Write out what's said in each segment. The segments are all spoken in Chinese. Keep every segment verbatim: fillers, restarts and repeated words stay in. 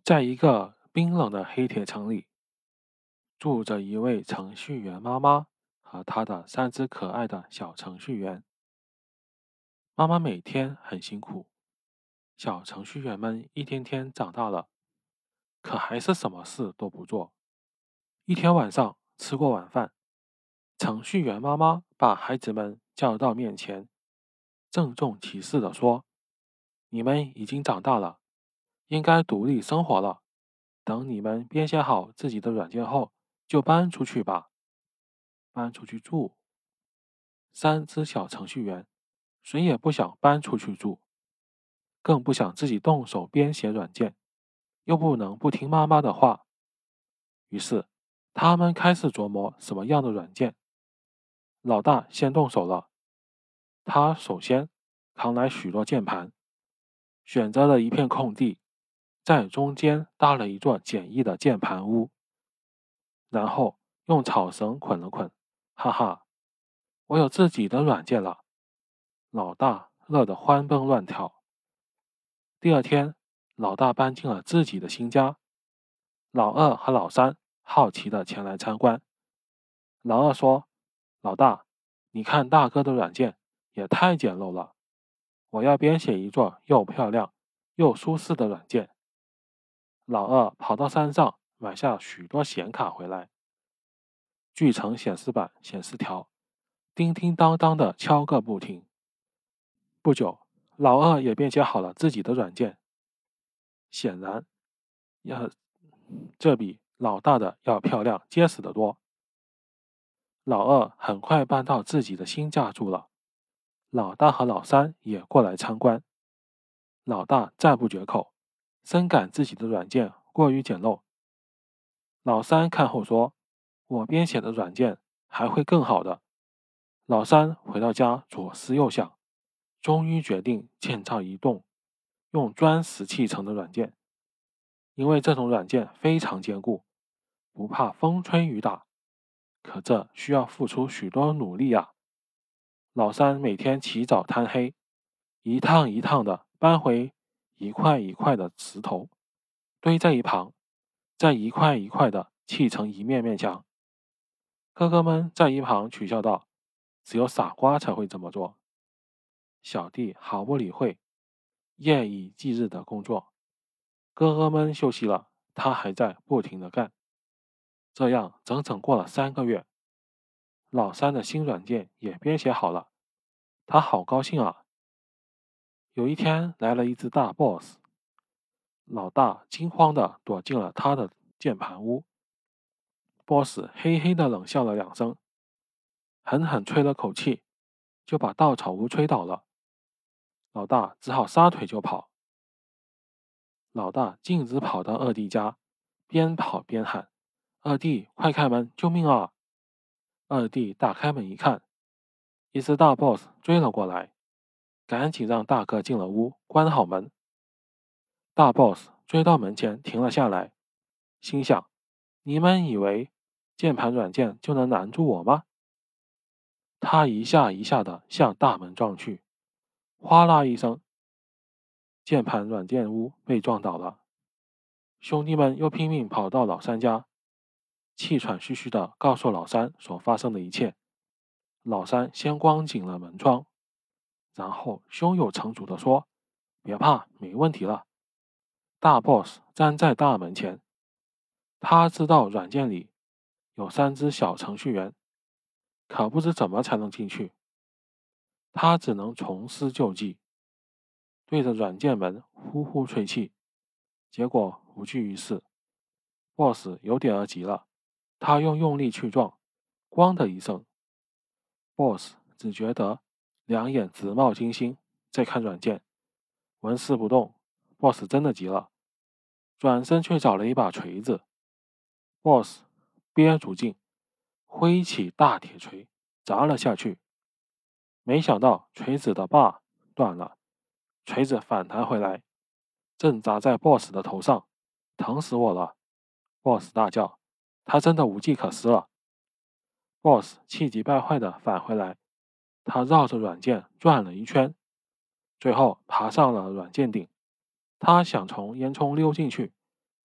在一个冰冷的黑铁城里，住着一位程序员妈妈和她的三只可爱的小程序员。妈妈每天很辛苦，小程序员们一天天长大了，可还是什么事都不做。一天晚上吃过晚饭，程序员妈妈把孩子们叫到面前，郑重其事地说：“你们已经长大了，应该独立生活了。等你们编写好自己的软件后，就搬出去吧。”搬出去住。三只小程序员，谁也不想搬出去住，更不想自己动手编写软件，又不能不听妈妈的话。于是，他们开始琢磨什么样的软件。老大先动手了，他首先扛来许多键盘，选择了一片空地，在中间搭了一座简易的键盘屋，然后用草绳捆了捆。哈哈，我有自己的软件了！老大乐得欢蹦乱跳。第二天，老大搬进了自己的新家。老二和老三好奇地前来参观。老二说：“老大，你看大哥的软件也太简陋了，我要编写一座又漂亮又舒适的软件。”老二跑到山上买下许多显卡回来，巨城显示板显示条叮叮当当地敲个不停。不久，老二也编写好了自己的软件，显然，要这比老大的要漂亮结实得多。老二很快搬到自己的新家住了，老大和老三也过来参观。老大赞不绝口，深感自己的软件过于简陋。老三看后说：“我编写的软件还会更好的。”老三回到家左思右想，终于决定建造一栋用砖石砌成的软件，因为这种软件非常坚固，不怕风吹雨打。可这需要付出许多努力啊！老三每天起早贪黑，一趟一趟的搬回一块一块的石头，堆在一旁，再一块一块的砌成一面面墙。哥哥们在一旁取笑道：“只有傻瓜才会这么做。”小弟毫不理会，夜以继日的工作。哥哥们休息了，他还在不停的干。这样整整过了三个月，老三的新软件也编写好了，他好高兴啊！有一天来了一只大 boss， 老大惊慌地躲进了他的键盘屋。boss 嘿嘿地冷笑了两声，狠狠吹了口气，就把稻草屋吹倒了。老大只好撒腿就跑。老大径直跑到二弟家，边跑边喊：“二弟，快开门，救命啊！”二弟打开门一看，一只大 boss 追了过来，赶紧让大哥进了屋，关好门。大 boss 追到门前停了下来，心想：你们以为键盘软件就能难住我吗？他一下一下的向大门撞去，哗啦一声，键盘软件屋被撞倒了。兄弟们又拼命跑到老三家，气喘吁吁地告诉老三所发生的一切。老三先关紧了门窗，然后胸有成竹地说：“别怕，没问题了。”大 boss 站在大门前，他知道软件里有三只小程序员，可不知怎么才能进去。他只能重施旧技，对着软件门呼呼吹气，结果无济于事。boss 有点儿急了，他用用力去撞，咣的一声。boss 只觉得两眼直冒金星，在看软件，纹丝不动。boss 真的急了，转身去找了一把锤子。boss 憋足劲，挥起大铁锤砸了下去。没想到锤子的把断了，锤子反弹回来，正砸在 boss 的头上，疼死我了！ boss 大叫，他真的无计可施了。boss 气急败坏地返回来，他绕着软件转了一圈，最后爬上了软件顶。他想从烟囱溜进去，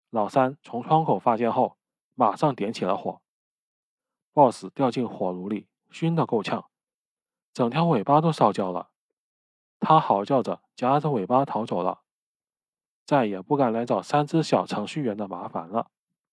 老三從窗口發現後，馬上點起了火。boss 掉進火爐裏，燻得夠嗆，整條尾巴都燒焦了。他嚎叫着，夾着尾巴逃走了，再也不敢來找三隻小程序員的麻煩了。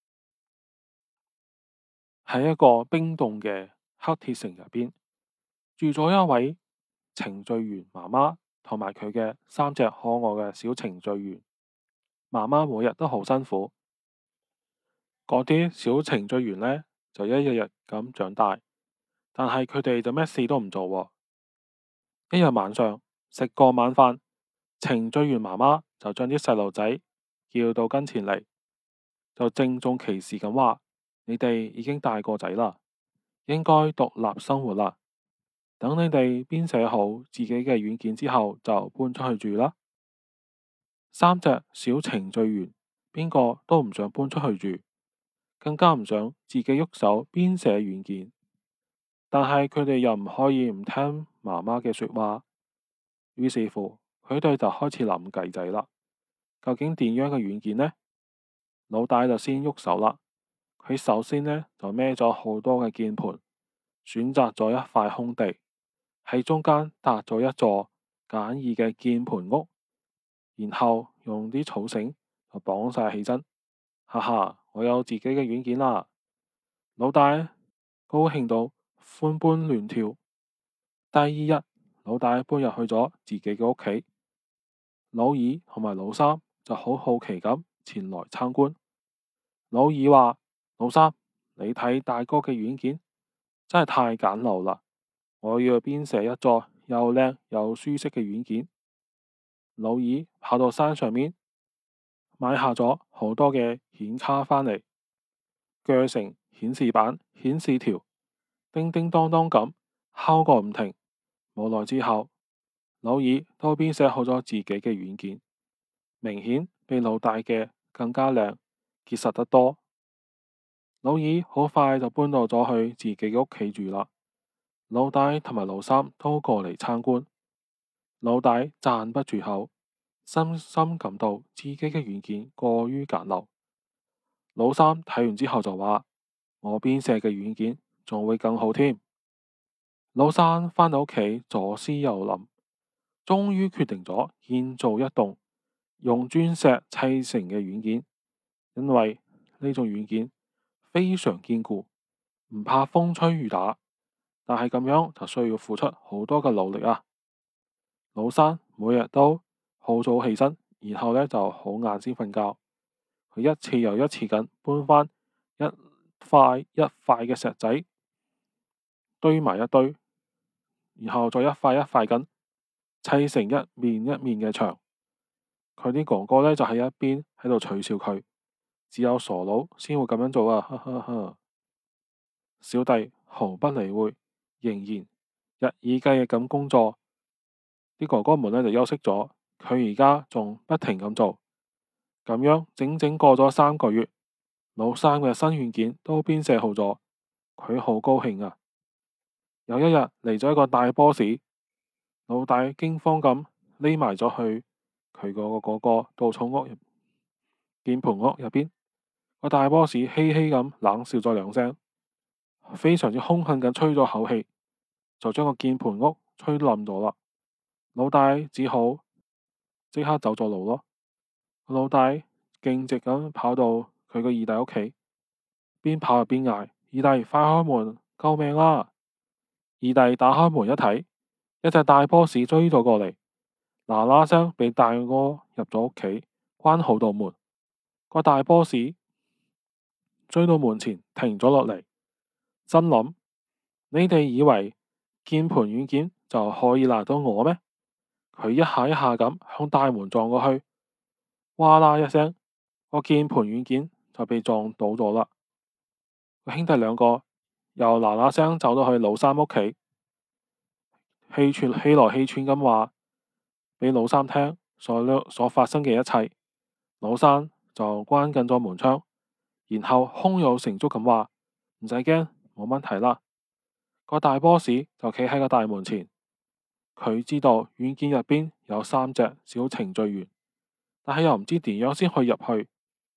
喺一個冰凍嘅黑鐵城入邊，住咗一位程序員媽媽同埋佢嘅三隻可愛嘅小程序員。媽媽每日都好辛苦，嗰啲小程序員呢，就一日日咁長大，但係佢哋就咩事都唔做喎。一日晚上食過晚飯，程序員媽媽就將啲細路仔叫到跟前嚟，就鄭重其事咁話：你哋已經大個仔啦，應該獨立生活啦。等你哋編寫好自己嘅軟件之後，就搬出去住啦。三隻小程序員邊個都唔想搬出去住，更加唔想自己喐手編寫軟件。但係佢哋又唔可以唔聽媽媽嘅說話，於是乎佢哋就開始諗計仔啦。究竟點樣嘅軟件呢？老大就先喐手啦。佢首先呢，就孭咗好多嘅鍵盤，選擇咗一塊空地，喺中間搭咗一座簡易嘅鍵盤屋，然後用啲草繩就綁晒起身。哈哈，我有自己嘅軟件啦！老大高興到歡蹦亂跳。第二日，老大搬入去咗自己嘅屋企，老二同埋老三就好好奇咁前來參觀。老二話：老三，你睇大哥嘅軟件真係太簡陋啦！我要編寫一座又靚又舒適嘅軟件。老二跑到山上面買下咗好多嘅顯卡返嚟，鋸成顯示板、顯示條，叮叮當當咁敲個唔停。冇耐之後，老二都編寫好咗自己嘅軟件，明顯比老大嘅更加靚，結實得多。老二好快就搬到咗去自己嘅屋企住啦。老大同埋老三都過嚟參觀，老大讚不住口，深深感到自己嘅軟件過於簡陋。老三睇完之後就話：我編寫嘅軟件仲會更好添。老三返到屋企左思右諗，終於決定咗建造一棟用磚石砌成嘅軟件，因為呢種軟件非常堅固，唔怕風吹雨打。但係咁樣就需要付出好多嘅努力啊！老三每日都好早起身，然後呢就好晏先瞓覺。佢一次又一次咁搬翻一塊一塊嘅石仔堆埋一堆，然後再一塊一塊咁砌成一面一面嘅牆。佢啲哥哥呢就喺一邊喺度取笑佢，只有傻佬先會咁樣做啊！呵呵呵。小弟毫不理會，仍然日以繼夜咁工作。啲哥哥們呢就休息咗，佢而家仲不停咁做。咁樣整整過咗三個月，老三嘅新軟件都編寫好咗，佢好高興啊！有一日嚟咗一個大 boss，老大驚慌咁匿埋咗去佢嗰個嗰個稻草屋入鍵盤屋入邊。個大 boss 嘻嘻咁冷笑咗兩聲，非常之兇狠咁吹咗口氣，就將個鍵盤屋吹冧咗啦。老大只好即刻走咗路咯。老大徑直咁跑到佢個二弟屋企，邊跑入邊嗌：二弟快開門，救命啦！二弟打開門一睇，一隻大 boss 追咗過嚟，嗱嗱聲俾大哥入咗屋企，關好道門。個大 boss 追到門前停咗落嚟，心諗：你哋以為鍵盤軟件就可以難到我咩？佢一下一下咁向大門撞過去，嘩啦一聲，個鍵盤軟件就被撞倒咗啦。兄弟兩個又嗱嗱聲走到去老三屋企，氣喘氣來氣喘咁話俾老三聽所所發生嘅一切。老三就關緊咗門窗，然後胸有成竹咁話：唔使驚，冇問題啦。個大 boss 就企喺個大門前。佢知道軟件入邊有三隻小程序員，但係又唔知點樣先可以入去。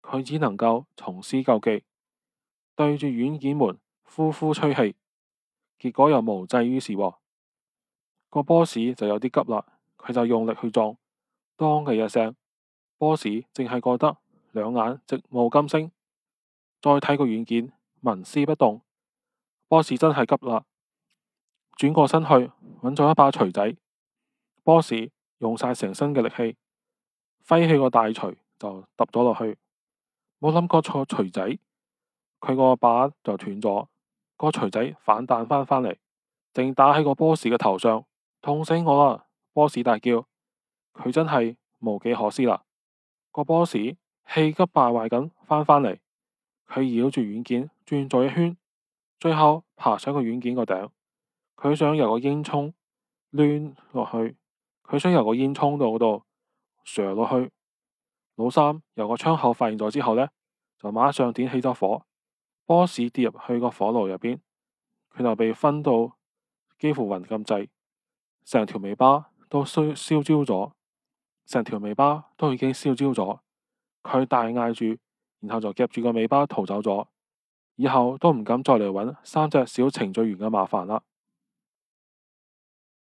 佢只能夠重施舊技，對住軟件們呼呼吹氣，結果又無濟於事喎。個 boss 就有啲急啦，佢就用力去撞，當嘅一聲，boss 淨係覺得兩眼直冒金星，再睇個軟件紋絲不動。boss 真係急啦，轉過身去揾咗一把錘仔。boss 用晒成身嘅力氣，揮起個大錘就揼咗落去，冇諗過錯錘仔，佢個把就斷咗，個錘仔反彈翻返嚟，正打喺個 boss 嘅頭上，痛死我啦！boss 大叫，佢真係無計可施啦。個 boss 氣急敗壞咁翻返嚟，佢繞住軟件轉咗一圈，最後爬上個軟件個頂，佢想由個煙囪攣落去，佢想由個煙囪度度射落去。老三由個窗口發現咗之後呢，就馬上點起咗火。boss 跌入去個火爐入邊，佢就被熏到幾乎暈咁滯，成條尾巴都燒燒焦咗，成條尾巴都已經燒焦咗。佢大嗌住，然後就夾住個尾巴逃走咗，以後都唔敢再嚟揾三隻小程序員嘅麻煩啦。